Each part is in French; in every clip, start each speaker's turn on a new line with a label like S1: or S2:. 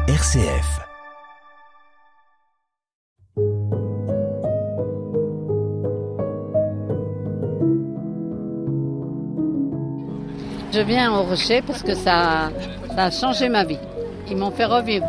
S1: RCF.
S2: Je viens au Rocher parce que ça a changé ma vie. Ils m'ont fait revivre.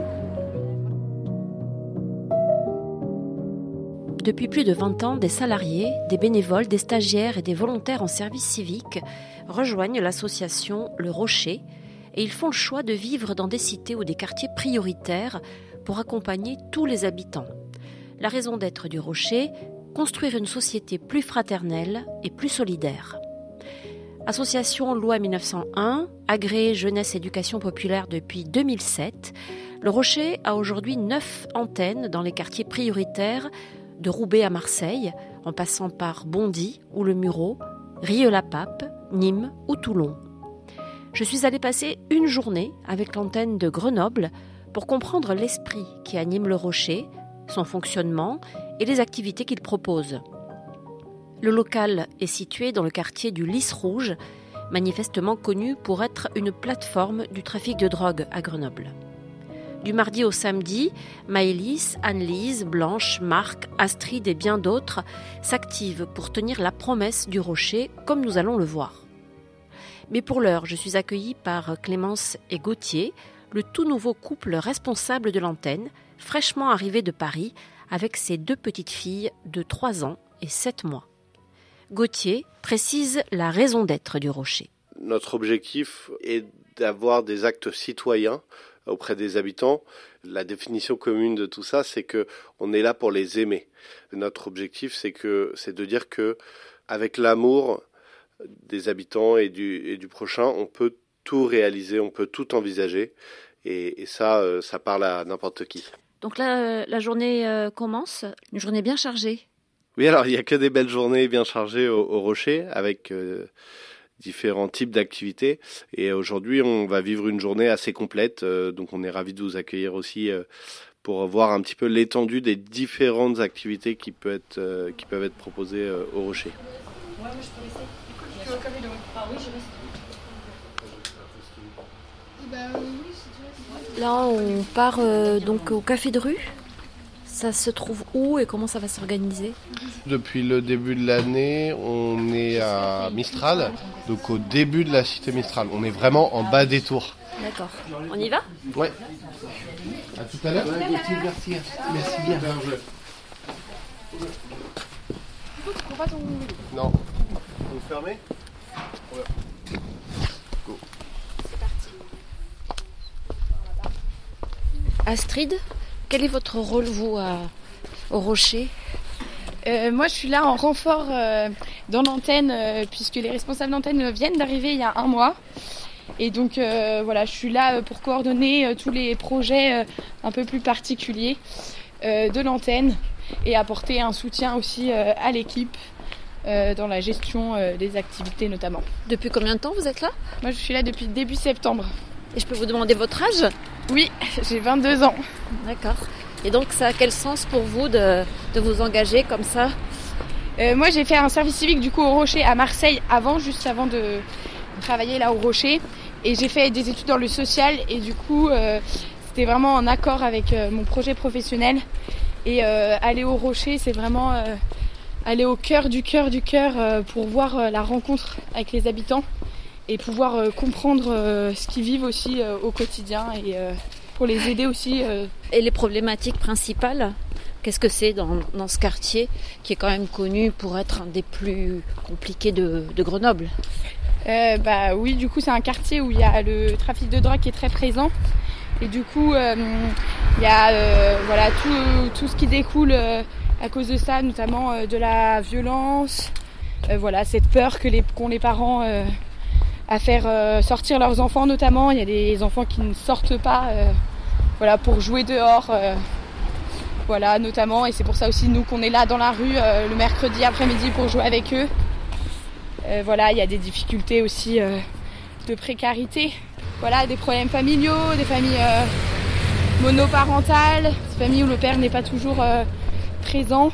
S3: Depuis plus de 20 ans, des salariés, des bénévoles, des stagiaires et des volontaires en service civique rejoignent l'association Le Rocher et ils font le choix de vivre dans des cités ou des quartiers prioritaires pour accompagner tous les habitants. La raison d'être du Rocher, construire une société plus fraternelle et plus solidaire. Association loi 1901, agréée Jeunesse Éducation Populaire depuis 2007, Le Rocher a aujourd'hui 9 antennes dans les quartiers prioritaires de Roubaix à Marseille, en passant par Bondy ou le Mureau, Rieux-la-Pape, Nîmes ou Toulon. Je suis allée passer une journée avec l'antenne de Grenoble pour comprendre l'esprit qui anime Le Rocher, son fonctionnement et les activités qu'il propose. Le local est situé dans le quartier du Lys Rouge, manifestement connu pour être une plateforme du trafic de drogue à Grenoble. Du mardi au samedi, Maëlys, Anne-Lise, Blanche, Marc, Astrid et bien d'autres s'activent pour tenir la promesse du Rocher, comme nous allons le voir. Mais pour l'heure, je suis accueillie par Clémence et Gauthier, le tout nouveau couple responsable de l'antenne, fraîchement arrivé de Paris, avec ses 2 petites filles de 3 ans et 7 mois. Gauthier précise la raison d'être du Rocher.
S4: Notre objectif est d'avoir des actes citoyens auprès des habitants. La définition commune de tout ça, c'est que on est là pour les aimer. Notre objectif, c'est de dire que avec l'amour des habitants et du prochain, on peut tout réaliser, on peut tout envisager, et ça parle à n'importe qui.
S3: Donc là, la journée commence, une journée bien chargée.
S4: Oui, alors il n'y a que des belles journées bien chargées au Rocher, avec différents types d'activités. Et aujourd'hui, on va vivre une journée assez complète. Donc on est ravis de vous accueillir aussi pour voir un petit peu l'étendue des différentes activités qui peuvent être proposées au Rocher.
S5: Ouais, moi je peux rester. Je suis au café de rue. Ah oui, je reste.
S3: Là, on part donc au café de rue. Ça se trouve où et comment ça va s'organiser ?
S4: Depuis le début de l'année, on est à Mistral, donc au début de la cité Mistral. On est vraiment en bas des tours.
S3: D'accord. On y va ?
S4: Ouais. À tout à l'heure. Merci bien. Non. Vous fermez ? Ouais. Go.
S3: Astrid, quel est votre rôle, vous, au Rocher ?
S5: Moi, je suis là en renfort dans l'antenne, puisque les responsables d'antenne viennent d'arriver il y a 1 mois. Et donc, voilà, je suis là pour coordonner tous les projets un peu plus particuliers de l'antenne et apporter un soutien aussi à l'équipe dans la gestion des activités notamment.
S3: Depuis combien de temps vous êtes là ?
S5: Moi, je suis là depuis début septembre.
S3: Et je peux vous demander votre âge ?
S5: Oui, j'ai 22 ans.
S3: D'accord. Et donc, ça a quel sens pour vous de vous engager comme ça ?
S5: Moi, j'ai fait un service civique du coup au Rocher à Marseille juste avant de travailler là au Rocher. Et j'ai fait des études dans le social et du coup, c'était vraiment en accord avec mon projet professionnel. Et aller au Rocher, c'est vraiment aller au cœur du cœur pour voir la rencontre avec les habitants et pouvoir comprendre ce qu'ils vivent aussi au quotidien et pour les aider aussi.
S3: Et les problématiques principales, qu'est-ce que c'est dans ce quartier qui est quand même connu pour être un des plus compliqués de Grenoble ?
S5: Oui, du coup, c'est un quartier où il y a le trafic de drogue qui est très présent. Et du coup, il y a tout ce qui découle à cause de ça, notamment de la violence, cette peur qu'ont les parents à faire sortir leurs enfants notamment. Il y a des enfants qui ne sortent pas pour jouer dehors, notamment. Et c'est pour ça aussi, nous, qu'on est là dans la rue le mercredi après-midi pour jouer avec eux. Il y a des difficultés aussi de précarité. Des problèmes familiaux, des familles monoparentales, des familles où le père n'est pas toujours présent.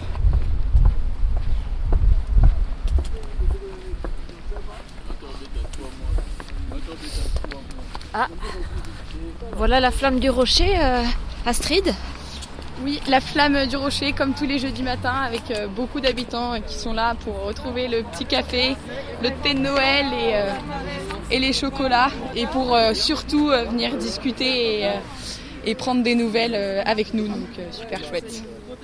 S3: Ah, Voilà la flamme du rocher, Astrid.
S5: Oui, la flamme du rocher, comme tous les jeudis matins, avec beaucoup d'habitants qui sont là pour retrouver le petit café, le thé de Noël et les chocolats, et pour surtout venir discuter et prendre des nouvelles avec nous, donc super chouette.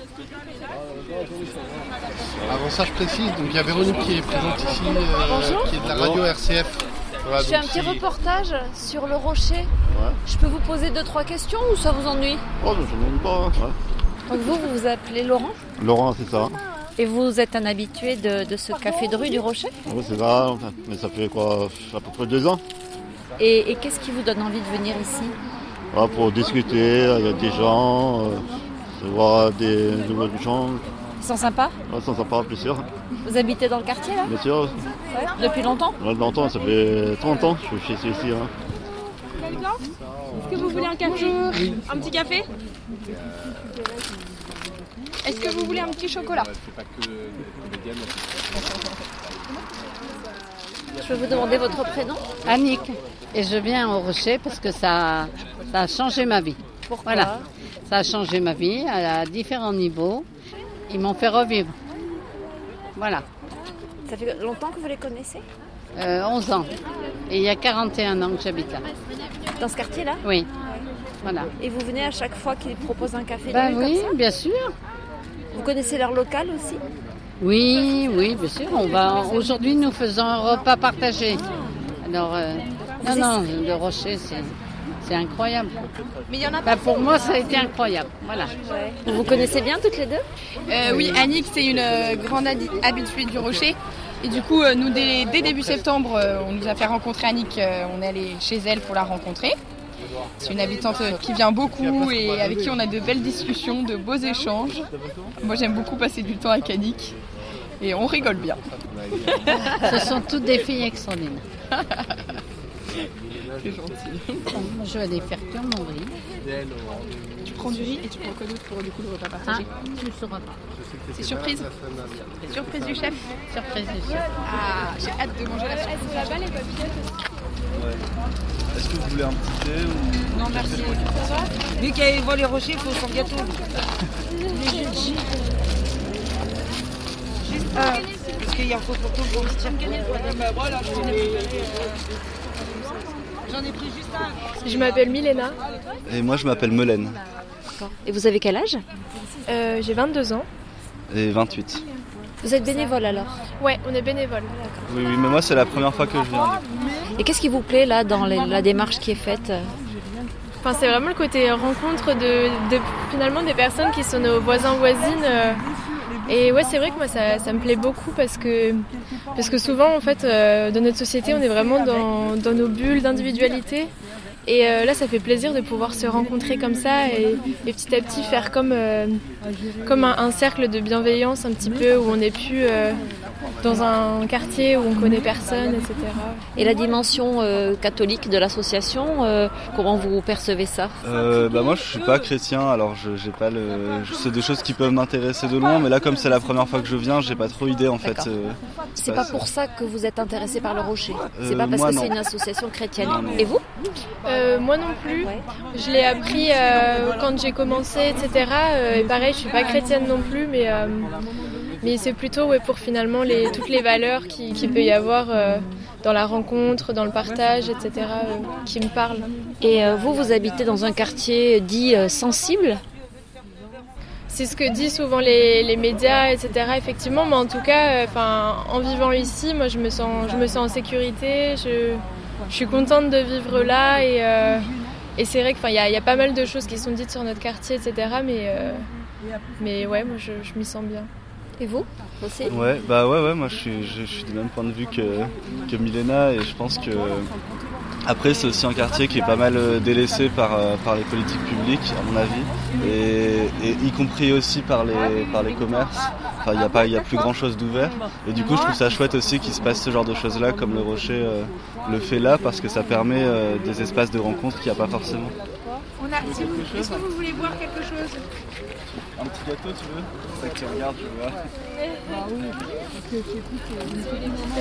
S1: Avant ça, je précise, donc il y a Véronique qui est présente ici, qui est de la radio RCF. Voilà,
S3: je fais un petit reportage sur le rocher.
S1: Ouais.
S3: Je peux vous poser 2-3 questions ou ça vous ennuie?
S1: Oh, ça ne pas. Ouais.
S3: Donc vous vous appelez Laurent?
S1: Laurent, c'est ça.
S3: Et vous êtes un habitué de ce café de rue du Rocher?
S1: Oui, c'est ça. Mais ça fait quoi, à peu près 2 ans.
S3: Et qu'est-ce qui vous donne envie de venir ici?
S1: Voilà, pour discuter avec des gens, voir des nouveaux gens.
S3: Ils sont sympas?
S1: Ouais, ils sont sympas, bien sûr.
S3: Vous habitez dans le quartier là?
S1: Bien sûr.
S3: Ouais. Depuis longtemps?
S1: Ouais, longtemps, ça fait 30 ans que je suis ici. Hein.
S5: Est-ce que vous voulez un café? Oui. Un petit café? Est-ce que vous voulez un petit chocolat?
S3: Je peux vous demander votre prénom?
S2: Annick. Et je viens au Rocher parce que ça a changé ma vie.
S3: Pourquoi?
S2: Voilà. Ça a changé ma vie à différents niveaux. Ils m'ont fait revivre. Voilà.
S3: Ça fait longtemps que vous les connaissez?
S2: 11 ans. Et il y a 41 ans que j'habite là.
S3: Dans ce quartier-là?
S2: Oui. Voilà.
S3: Et vous venez à chaque fois qu'ils proposent un café de
S2: Ben
S3: rue
S2: oui,
S3: comme ça?
S2: bien sûr.
S3: Vous connaissez leur local aussi?
S2: Oui, bien sûr. Aujourd'hui, nous faisons un repas partagé. Alors, non, le Rocher, c'est incroyable.
S5: Mais il y en a pas.
S2: Pour moi, ça a été incroyable. Voilà.
S3: Ouais. Vous vous connaissez bien toutes les deux?
S5: Oui, Annick, c'est une grande habituée du Rocher. Et du coup, nous, dès début septembre, on nous a fait rencontrer Annick. On est allé chez elle pour la rencontrer. C'est une habitante qui vient beaucoup et avec qui on a de belles discussions, de beaux échanges. Moi, j'aime beaucoup passer du temps avec Annick et on rigole bien.
S2: Ce sont toutes des filles extraordinaires.
S5: C'est gentil.
S2: Moi, je vais aller faire cuire mon riz.
S5: Tu prends du riz et tu prends quoi d'autre pour du coup le repas partagé?
S2: Tu ne le sauras pas.
S5: C'est surprise. Surprise du chef.
S2: Surprise du chef.
S5: Ah, j'ai hâte de manger la surprise. Elles sont là-bas les papillettes?
S6: Ouais. Est-ce que vous voulez un petit thé ou...
S5: Non, merci.
S7: Vu qu'elle voit les rochers, il faut son gâteau. Juste parce qu'il y a un faux photo pour se dire. J'en ai pris juste un.
S8: Je m'appelle Milena,
S6: Et moi je m'appelle Melaine.
S3: Et vous avez quel âge?
S8: j'ai 22 ans.
S6: Et 28.
S3: Vous êtes bénévole alors?
S8: Ouais, on est bénévole.
S6: Oui, mais moi c'est la première fois que je viens.
S3: Et qu'est-ce qui vous plaît là dans la démarche qui est faite?
S8: Enfin, c'est vraiment le côté rencontre de finalement des personnes qui sont nos voisins voisines. Et ouais, c'est vrai que moi ça me plaît beaucoup parce que souvent en fait dans notre société on est vraiment dans nos bulles d'individualité. Et là, ça fait plaisir de pouvoir se rencontrer comme ça et petit à petit faire comme un cercle de bienveillance un petit peu où on n'est plus dans un quartier où on connaît personne, etc.
S3: Et la dimension catholique de l'association, comment vous percevez ça?
S6: Moi je suis pas chrétien, alors j'ai pas c'est des choses qui peuvent m'intéresser de loin, mais là comme c'est la première fois que je viens, j'ai pas trop idée en fait.
S3: C'est pas pour ça que vous êtes intéressé par le Rocher? C'est pas parce
S6: moi,
S3: que
S6: non.
S3: c'est une association chrétienne?
S6: Non.
S3: Et vous?
S8: Moi non plus.
S3: Ouais.
S8: Je l'ai appris quand j'ai commencé, etc. Et pareil, je suis pas chrétienne non plus, mais c'est plutôt pour finalement toutes les valeurs qu'il peut y avoir dans la rencontre, dans le partage, etc. Qui me parlent.
S3: Et vous habitez dans un quartier dit sensible?
S8: C'est ce que disent souvent les médias, etc. Effectivement, mais en tout cas, en vivant ici, moi je me sens en sécurité. Je suis contente de vivre là et c'est vrai qu'il y a pas mal de choses qui sont dites sur notre quartier, etc. Mais ouais, moi je m'y sens bien.
S3: Et vous aussi?
S6: Ouais, moi je suis du même point de vue que Milena et je pense que après c'est aussi un quartier qui est pas mal délaissé par les politiques publiques à mon avis et y compris aussi par les commerces. Enfin il y a plus grand chose d'ouvert et du coup je trouve ça chouette aussi qu'il se passe ce genre de choses là comme le Rocher le fait là parce que ça permet des espaces de rencontre qu'il n'y a pas forcément.
S5: Est-ce que vous voulez boire quelque chose?
S6: Un petit gâteau tu veux? C'est ça que tu regardes je vois.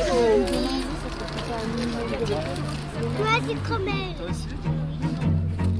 S9: Toi, c'est trop belle.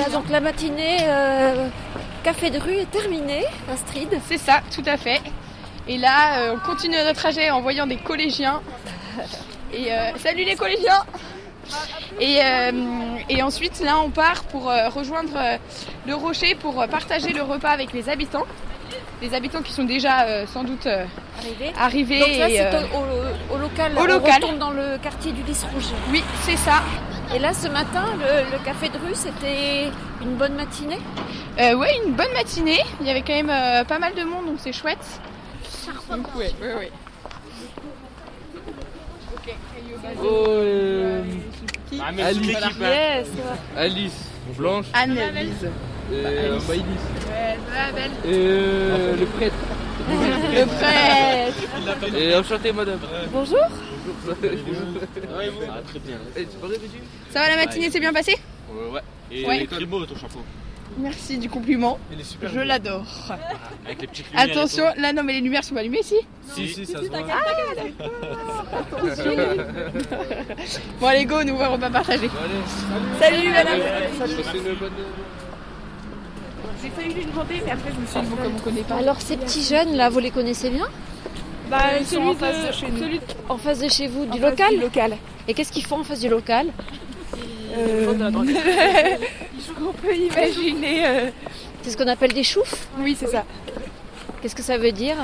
S3: Voilà, donc la matinée café de rue est terminée, Astrid.
S5: C'est ça, tout à fait. Et là, on continue notre trajet en voyant des collégiens. Et salut les collégiens! Et ensuite, là, on part pour rejoindre le Rocher pour partager le repas avec les habitants. Les habitants qui sont déjà sans doute arrivés.
S3: Donc là, c'est au local.
S5: Au local.
S3: On retourne dans le quartier du Lys Rouge.
S5: Oui, c'est ça.
S3: Et là, ce matin, le café de rue, c'était une bonne matinée?
S5: Oui, une bonne matinée. Il y avait quand même pas mal de monde, donc c'est chouette. Donc, oui.
S9: Alice.
S5: Yes.
S9: Alice. Blanche.
S5: Anne-Lise.
S9: Maïlis.
S5: Belle.
S9: Le prêtre.
S5: Le prêtre.
S9: Et enchanté, madame.
S5: Bonjour.
S9: Très bien.
S5: Ça va, la matinée s'est bien passée?
S9: Ouais. Et
S5: Ouais.
S9: très beau ton chapeau.
S5: Merci du compliment.
S9: Il est super
S5: Je
S9: beau.
S5: l'adore.
S9: Avec les petites lumières.
S5: Attention, là non mais les lumières sont allumées ici.
S9: Si, ça se voit.
S5: Bon allez go, nous on va partager.
S9: Allez.
S5: Salut madame.
S9: Passez une bonne...
S5: J'ai failli lui demander mais après je me suis dit bon comme on connaît pas.
S3: Alors, ces petits jeunes, là, vous les connaissez bien?
S5: Ils sont en face de chez nous.
S3: En face de chez vous, du
S5: En face
S3: local?
S5: du local.
S3: Et qu'est-ce qu'ils font en face du local?
S5: On peut imaginer.
S3: C'est ce qu'on appelle des choufs?
S5: Oui c'est ça.
S3: Qu'est-ce que ça veut dire?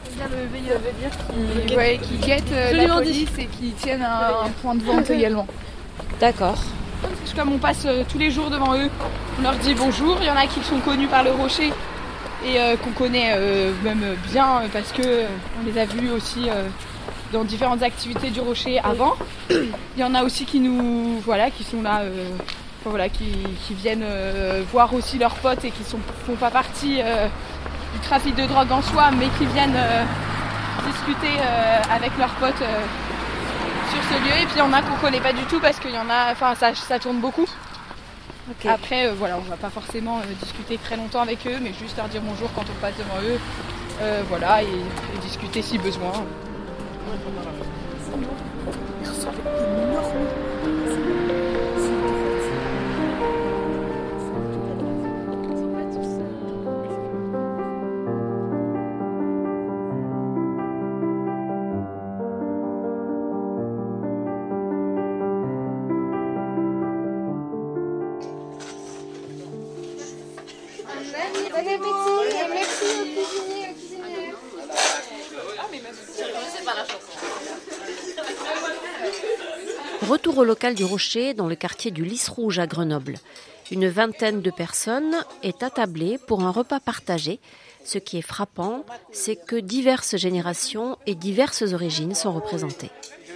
S5: Qui guettent la police et qui tiennent un point de vente également.
S3: D'accord.
S5: Comme on passe tous les jours devant eux, on leur dit bonjour. Il y en a qui sont connus par le Rocher et qu'on connaît même bien parce que on les a vus aussi dans différentes activités du Rocher avant. Il y en a aussi qui nous qui sont là, qui viennent voir aussi leurs potes et qui font pas partie du trafic de drogue en soi, mais qui viennent discuter avec leurs potes sur ce lieu. Et puis il y en a qu'on connaît pas du tout parce qu'il y en a, ça tourne beaucoup.
S3: Ok.
S5: Après, on va pas forcément discuter très longtemps avec eux, mais juste leur dire bonjour quand on passe devant eux, et discuter si besoin.
S3: Retour au local du Rocher, dans le quartier du Lys Rouge à Grenoble. Une vingtaine de personnes est attablée pour un repas partagé. Ce qui est frappant, c'est que diverses générations et diverses origines sont représentées.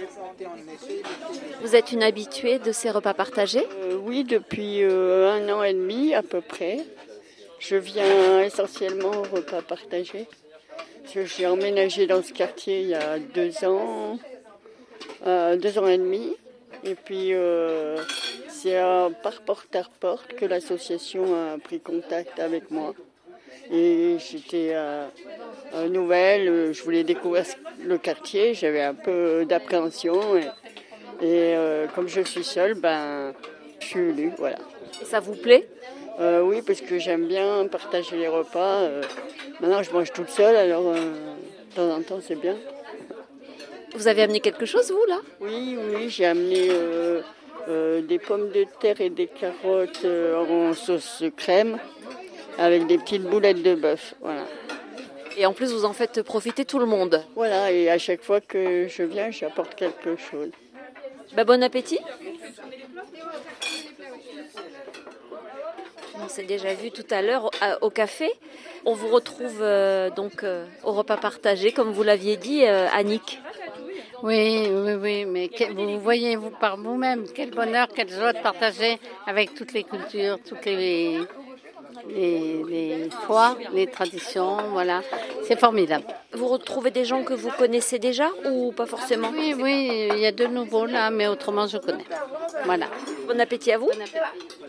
S3: Vous êtes une habituée de ces repas partagés?
S10: Oui, depuis 1 an et demi à peu près. Je viens essentiellement au repas partagé. J'ai emménagé dans ce quartier il y a 2 ans, 2 ans et demi. Et puis c'est par porte à porte que l'association a pris contact avec moi. Et j'étais nouvelle, je voulais découvrir le quartier, j'avais un peu d'appréhension. Et comme je suis seule, je suis venue, voilà.
S3: Et ça vous plaît?
S10: Oui, parce que j'aime bien partager les repas. Maintenant, je mange toute seule, alors de temps en temps, c'est bien.
S3: Vous avez amené quelque chose, vous, là?
S10: Oui, j'ai amené des pommes de terre et des carottes en sauce crème avec des petites boulettes de bœuf, voilà.
S3: Et en plus, vous en faites profiter tout le monde.
S10: Voilà, et à chaque fois que je viens, j'apporte quelque chose.
S3: Bon appétit. On s'est déjà vu tout à l'heure au café. On vous retrouve au repas partagé, comme vous l'aviez dit, Annick.
S2: Oui, mais vous voyez par vous-même, quel bonheur, quelle joie de partager avec toutes les cultures, toutes les foi, les traditions, voilà. C'est formidable.
S3: Vous retrouvez des gens que vous connaissez déjà ou pas forcément?
S2: Oui, il y a de nouveaux là, mais autrement je connais. Voilà.
S3: Bon appétit à vous.
S2: Bon appétit.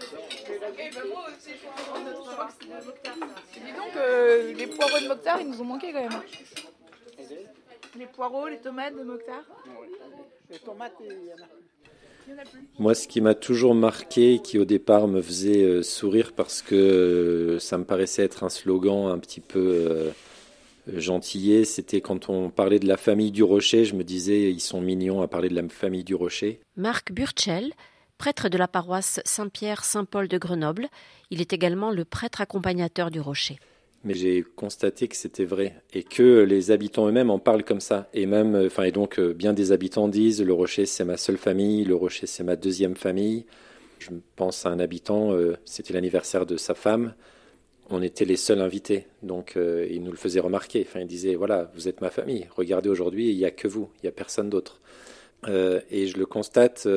S5: Dis donc, les poireaux de Mokhtar, ils nous ont manqué quand même. Les poireaux, les tomates de Mokhtar.
S1: Les tomates, il y en a.
S11: Moi, ce qui m'a toujours marqué, qui au départ me faisait sourire parce que ça me paraissait être un slogan un petit peu gentillet, c'était quand on parlait de la famille du Rocher, je me disais, ils sont mignons à parler de la famille du Rocher.
S3: Marc Burchel, prêtre de la paroisse Saint-Pierre-Saint-Paul de Grenoble, il est également le prêtre accompagnateur du Rocher.
S11: Mais j'ai constaté que c'était vrai et que les habitants eux-mêmes en parlent comme ça. Et même, et donc bien des habitants disent le Rocher c'est ma seule famille, le Rocher c'est ma deuxième famille. Je pense à un habitant, c'était l'anniversaire de sa femme, on était les seuls invités, donc il nous le faisait remarquer. Enfin, il disait voilà, vous êtes ma famille. Regardez aujourd'hui, il n'y a que vous, il n'y a personne d'autre. Et je le constate.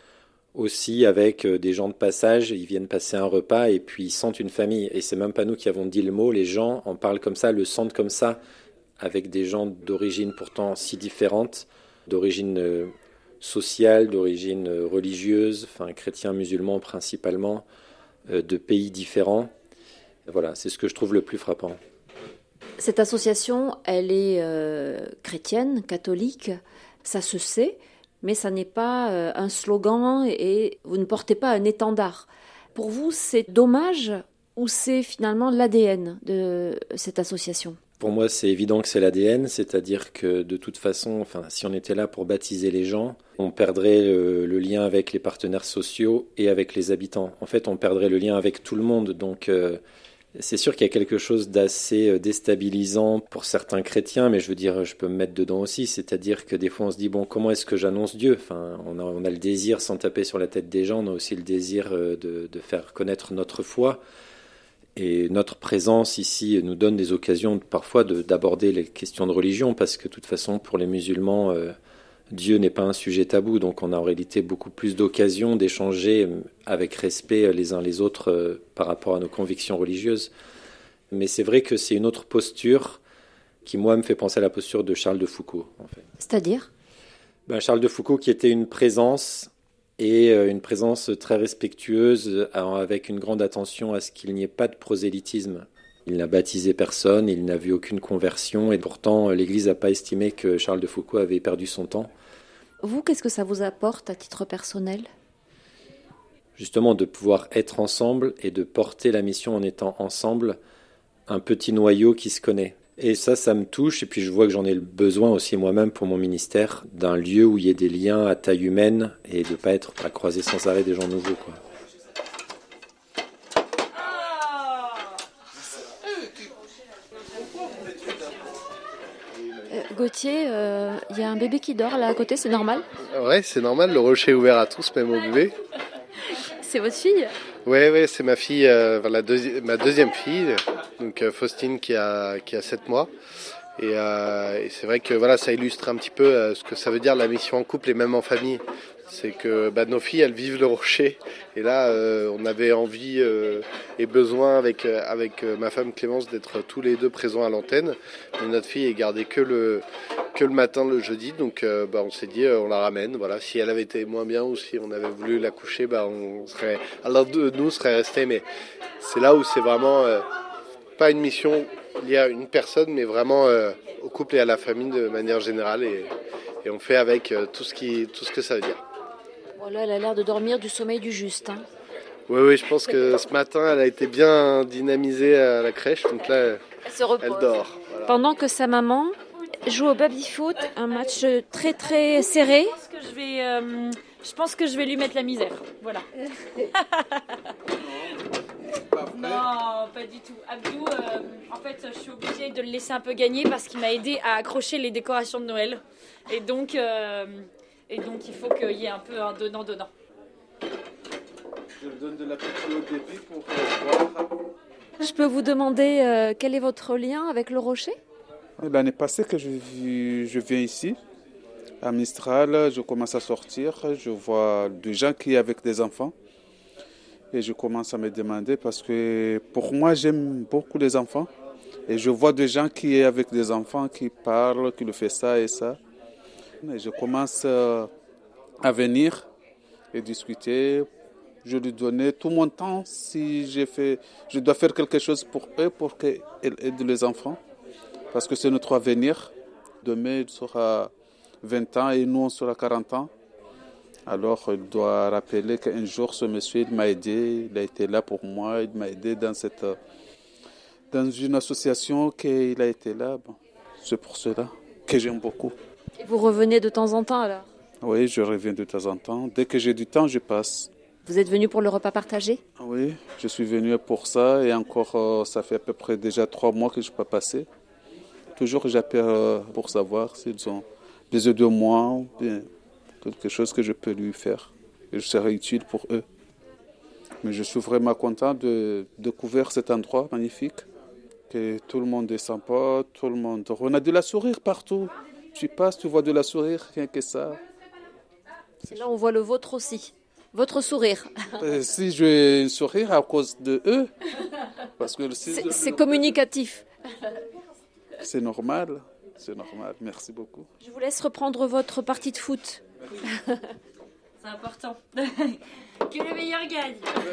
S11: Aussi avec des gens de passage, ils viennent passer un repas et puis ils sentent une famille. Et c'est même pas nous qui avons dit le mot, les gens en parlent comme ça, le sentent comme ça, avec des gens d'origine pourtant si différentes, d'origine sociale, d'origine religieuse, enfin chrétiens, musulmans principalement, de pays différents. Voilà, c'est ce que je trouve le plus frappant.
S3: Cette association, elle est chrétienne, catholique, ça se sait. Mais ça n'est pas un slogan et vous ne portez pas un étendard. Pour vous, c'est dommage ou c'est finalement l'ADN de cette association ?
S11: Pour moi, c'est évident que c'est l'ADN, c'est-à-dire que de toute façon, si on était là pour baptiser les gens, on perdrait le lien avec les partenaires sociaux et avec les habitants. En fait, on perdrait le lien avec tout le monde, donc c'est sûr qu'il y a quelque chose d'assez déstabilisant pour certains chrétiens, mais je veux dire, je peux me mettre dedans aussi, c'est-à-dire que des fois on se dit, bon, comment est-ce que j'annonce Dieu ? Enfin, on a le désir, sans taper sur la tête des gens, on a aussi le désir de faire connaître notre foi, et notre présence ici nous donne des occasions parfois d'aborder les questions de religion, parce que de toute façon, pour les musulmans, Dieu n'est pas un sujet tabou, donc on a en réalité beaucoup plus d'occasions d'échanger avec respect les uns les autres par rapport à nos convictions religieuses. Mais c'est vrai que c'est une autre posture qui, moi, me fait penser à la posture de Charles de Foucault. En fait.
S3: C'est-à-dire ?
S11: Charles de Foucault qui était une présence, et une présence très respectueuse, avec une grande attention à ce qu'il n'y ait pas de prosélytisme. Il n'a baptisé personne, il n'a vu aucune conversion, et pourtant l'Église n'a pas estimé que Charles de Foucault avait perdu son temps.
S3: Vous, qu'est-ce que ça vous apporte à titre personnel ?
S11: Justement, de pouvoir être ensemble et de porter la mission en étant ensemble, un petit noyau qui se connaît. Et ça me touche, et puis je vois que j'en ai le besoin aussi moi-même pour mon ministère, d'un lieu où il y ait des liens à taille humaine, et de ne pas être à croiser sans arrêt des gens nouveaux, quoi.
S3: Gauthier, il y a un bébé qui dort là à côté, c'est normal ?
S1: Ouais, c'est normal, le Rocher est ouvert à tous, même au bébé.
S3: C'est votre fille ?
S1: Ouais, c'est ma fille, ma deuxième fille, donc Faustine qui a 7 mois. Et c'est vrai que voilà, ça illustre un petit peu ce que ça veut dire la mission en couple et même en famille. C'est que nos filles, elles vivent le Rocher. Et là, on avait envie et besoin avec ma femme Clémence d'être tous les deux présents à l'antenne. Mais notre fille est gardée que le matin, le jeudi. Donc on s'est dit, on la ramène. Voilà. Si elle avait été moins bien ou si on avait voulu la coucher, on serait, alors de nous serait resté. Mais c'est là où c'est vraiment pas une mission liée à une personne, mais vraiment au couple et à la famille de manière générale. Et on fait avec tout ce que ça veut dire.
S3: Voilà, elle a l'air de dormir du sommeil du juste. Hein.
S1: Oui, je pense que ce matin, elle a été bien dynamisée à la crèche, donc là, elle dort. Voilà.
S3: Pendant que sa maman joue au baby-foot, un match très très serré.
S12: Je pense que je vais lui mettre la misère, voilà. Non, pas du tout. Abdou, en fait, je suis obligée de le laisser un peu gagner parce qu'il m'a aidé à accrocher les décorations de Noël. Et donc il faut qu'il y ait un peu un donnant-donnant.
S6: Je donne de la petite au début pour voir.
S3: Je peux vous demander quel est votre lien avec le Rocher ?
S13: L'année passée que je viens ici, à Mistral, je commence à sortir, je vois des gens qui sont avec des enfants. Et je commence à me demander parce que pour moi, j'aime beaucoup les enfants. Et je vois des gens qui sont avec des enfants, qui parlent, qui le font ça et ça. Et je commence à venir et discuter. Je lui donne tout mon temps si je dois faire quelque chose pour eux, pour qu'ils aident les enfants. Parce que c'est notre avenir. Demain, il sera 20 ans et nous, on sera 40 ans. Alors, il doit rappeler qu'un jour, ce monsieur, il m'a aidé, il a été là pour moi, il m'a aidé dans une association qu'il a été là. Bon, c'est pour cela que j'aime beaucoup.
S3: Et vous revenez de temps en temps alors?
S13: Oui, je reviens de temps en temps. Dès que j'ai du temps, je passe.
S3: Vous êtes venu pour le repas partagé?
S13: Oui, je suis venu pour ça et encore, ça fait à peu près déjà 3 mois que je n'ai pas passé. Toujours, j'appelle pour savoir s'ils ont besoin de moi ou bien quelque chose que je peux lui faire. Et je serai utile pour eux. Mais je suis vraiment content de découvrir cet endroit magnifique. Que tout le monde est sympa, tout le monde... On a de la sourire partout. Tu passes, tu vois de la sourire, rien que ça.
S3: Et là, on voit le vôtre aussi. Votre sourire.
S13: Si j'ai un sourire à cause de eux, parce que
S3: c'est communicatif.
S13: C'est normal, c'est normal. Merci beaucoup.
S3: Je vous laisse reprendre votre partie de foot.
S12: C'est important. Que le meilleur gagne.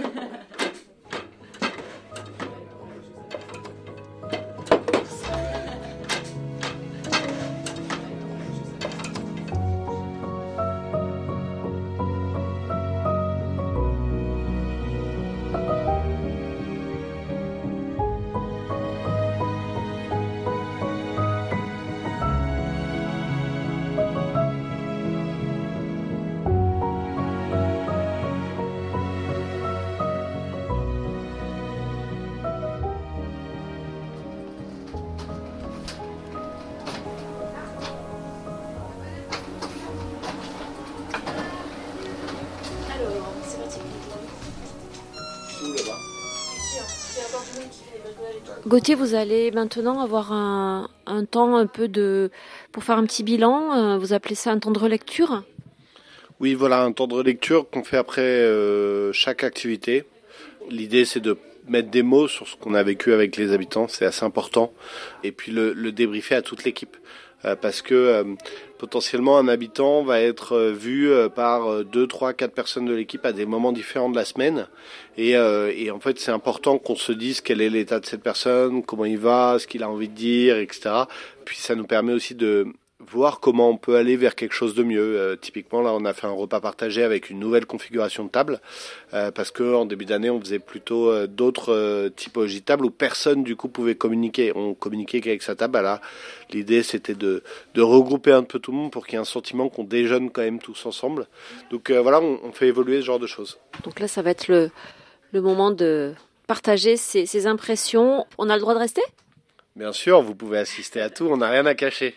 S3: Gauthier, vous allez maintenant avoir un temps un peu pour faire un petit bilan. Vous appelez ça un temps de relecture?
S4: Oui, voilà, un temps de relecture qu'on fait après chaque activité. L'idée, c'est de mettre des mots sur ce qu'on a vécu avec les habitants, c'est assez important. Et puis le débriefer à toute l'équipe. Parce que potentiellement un habitant va être vu par 2, 3, 4 personnes de l'équipe à des moments différents de la semaine. Et en fait, c'est important qu'on se dise quel est l'état de cette personne, comment il va, ce qu'il a envie de dire, etc. Puis ça nous permet aussi de voir comment on peut aller vers quelque chose de mieux. Typiquement, là, on a fait un repas partagé avec une nouvelle configuration de table, parce que en début d'année, on faisait plutôt d'autres typologies de tables où personne, du coup, pouvait communiquer. On communiquait qu'avec sa table. Là, l'idée, c'était de regrouper un peu tout le monde pour qu'il y ait un sentiment qu'on déjeune quand même tous ensemble. Donc voilà, on fait évoluer ce genre de choses.
S3: Donc là, ça va être le moment de partager ses impressions. On a le droit de rester ?
S4: Bien sûr, vous pouvez assister à tout, on n'a rien à cacher.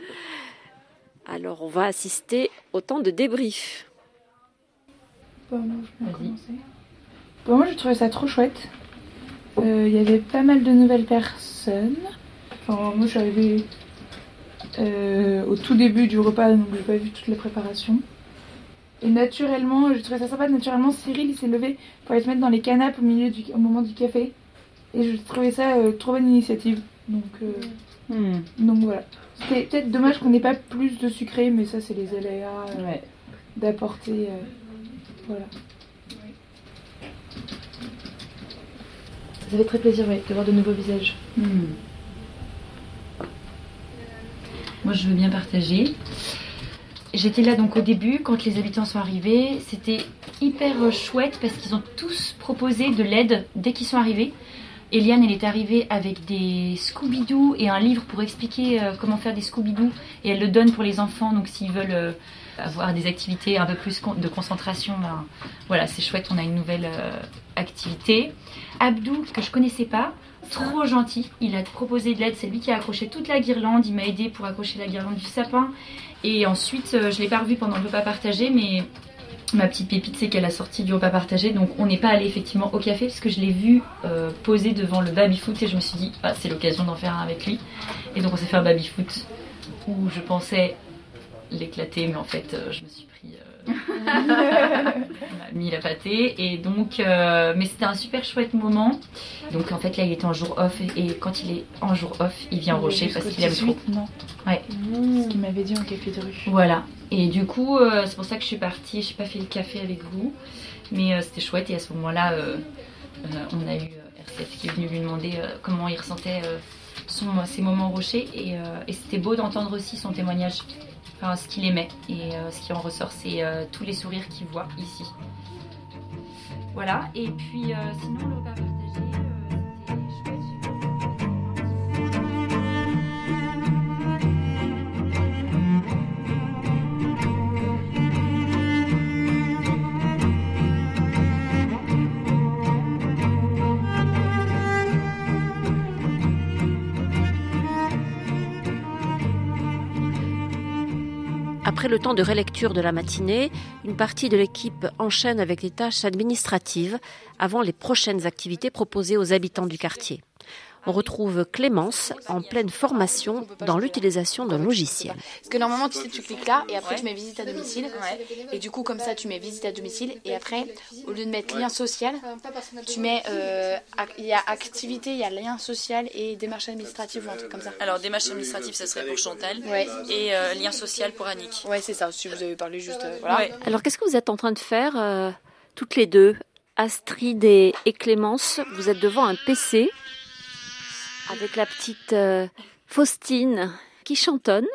S3: Alors, on va assister au temps de débrief.
S5: Bon, je vais commencer. Bon, moi, j'ai trouvé ça trop chouette. Il y avait pas mal de nouvelles personnes. Enfin, moi, je suis arrivée au tout début du repas, donc j'ai pas vu toute la préparation. Et naturellement, j'ai trouvé ça sympa. Naturellement, Cyril, il s'est levé pour aller se mettre dans les canapes au moment du café. Et je trouvais ça trop bonne initiative. Donc voilà. C'était peut-être dommage qu'on n'ait pas plus de sucré, mais ça c'est les aléas d'apporter. Voilà.
S14: Ça fait très plaisir de voir de nouveaux visages.
S12: Moi je veux bien partager. J'étais là donc au début quand les habitants sont arrivés. C'était hyper chouette parce qu'ils ont tous proposé de l'aide dès qu'ils sont arrivés. Eliane, elle est arrivée avec des Scooby-Doo et un livre pour expliquer comment faire des Scooby-Doo. Et elle le donne pour les enfants, donc s'ils veulent avoir des activités un peu plus de concentration, ben, voilà, c'est chouette, on a une nouvelle activité. Abdou, que je connaissais pas, trop gentil, il a proposé de l'aide, c'est lui qui a accroché toute la guirlande, il m'a aidé pour accrocher la guirlande du sapin. Et ensuite, je ne l'ai pas revu pendant le repas partagé, mais... Ma petite pépite, c'est qu'elle a sorti du repas partagé, donc on n'est pas allé effectivement au café parce que je l'ai vu poser devant le baby-foot et je me suis dit, c'est l'occasion d'en faire un avec lui. Et donc on s'est fait un baby-foot où je pensais l'éclater, mais en fait je me suis pris... on m'a mis la pâtée et donc... mais c'était un super chouette moment. Donc en fait là il était en jour off et quand il est en jour off, il vient au Rocher parce qu'il aime trop.
S5: Non.
S12: Ouais.
S5: Ce qu'il m'avait dit en café de rue.
S12: Voilà. Et du coup, c'est pour ça que je suis partie. Je n'ai pas fait le café avec vous, mais c'était chouette. Et à ce moment-là, on a eu RCF qui est venu lui demander comment il ressentait ses moments au Rocher. Et c'était beau d'entendre aussi son témoignage.
S15: enfin ce qu'il aimait. Et ce qui en ressort, c'est tous les sourires qu'il voit ici. Voilà, et puis sinon le repas partagé, c'était chouette.
S3: Après le temps de relecture de la matinée, une partie de l'équipe enchaîne avec les tâches administratives avant les prochaines activités proposées aux habitants du quartier. On retrouve Clémence en pleine formation dans l'utilisation d'un logiciel.
S5: Parce que normalement, tu sais, tu cliques là et après tu mets visite à domicile. Et du coup, comme ça, tu mets visite à domicile. Et après, au lieu de mettre lien social, tu mets, il y a activité, il y a lien social et démarche administrative ou un truc comme ça.
S12: Alors, démarche administrative, ça serait pour Chantal. Et lien social pour Annick.
S5: Ouais, c'est ça. Si vous avez parlé juste, voilà.
S3: Ouais. Alors, qu'est-ce que vous êtes en train de faire toutes les deux, Astrid et Clémence? Vous êtes devant un PC avec la petite Faustine qui chantonne.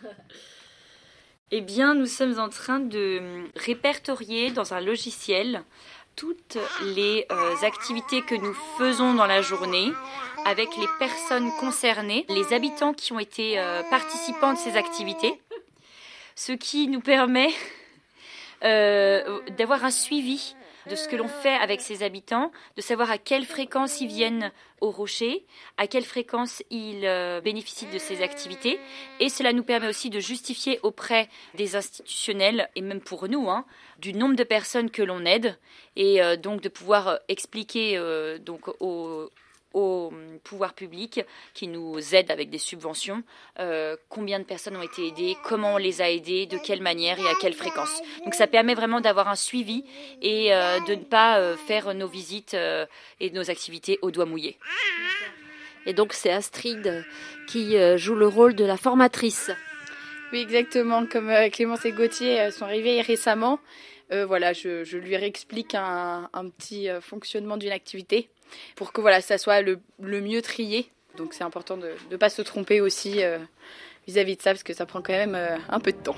S12: Eh bien, nous sommes en train de répertorier dans un logiciel toutes les activités que nous faisons dans la journée avec les personnes concernées, les habitants qui ont été participants de ces activités, ce qui nous permet d'avoir un suivi de ce que l'on fait avec ces habitants, de savoir à quelle fréquence ils viennent au rocher, à quelle fréquence ils bénéficient de ces activités. Et cela nous permet aussi de justifier auprès des institutionnels, et même pour nous, du nombre de personnes que l'on aide, et donc de pouvoir expliquer donc au pouvoir public qui nous aide avec des subventions, combien de personnes ont été aidées, comment on les a aidées, de quelle manière et à quelle fréquence. Donc ça permet vraiment d'avoir un suivi et de ne pas faire nos visites et nos activités au doigt mouillé.
S3: Et donc c'est Astrid qui joue le rôle de la formatrice.
S5: Oui, exactement. Comme Clémence et Gauthier sont arrivés récemment, voilà, je lui réexplique un petit fonctionnement d'une activité pour que voilà, ça soit le mieux trié. Donc c'est important de ne pas se tromper aussi vis-à-vis de ça, parce que ça prend quand même un peu de temps.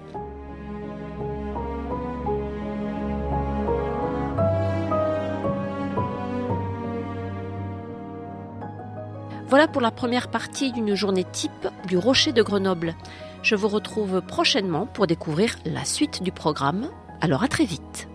S3: Voilà pour la première partie d'une journée type du Rocher de Grenoble. Je vous retrouve prochainement pour découvrir la suite du programme. Alors à très vite.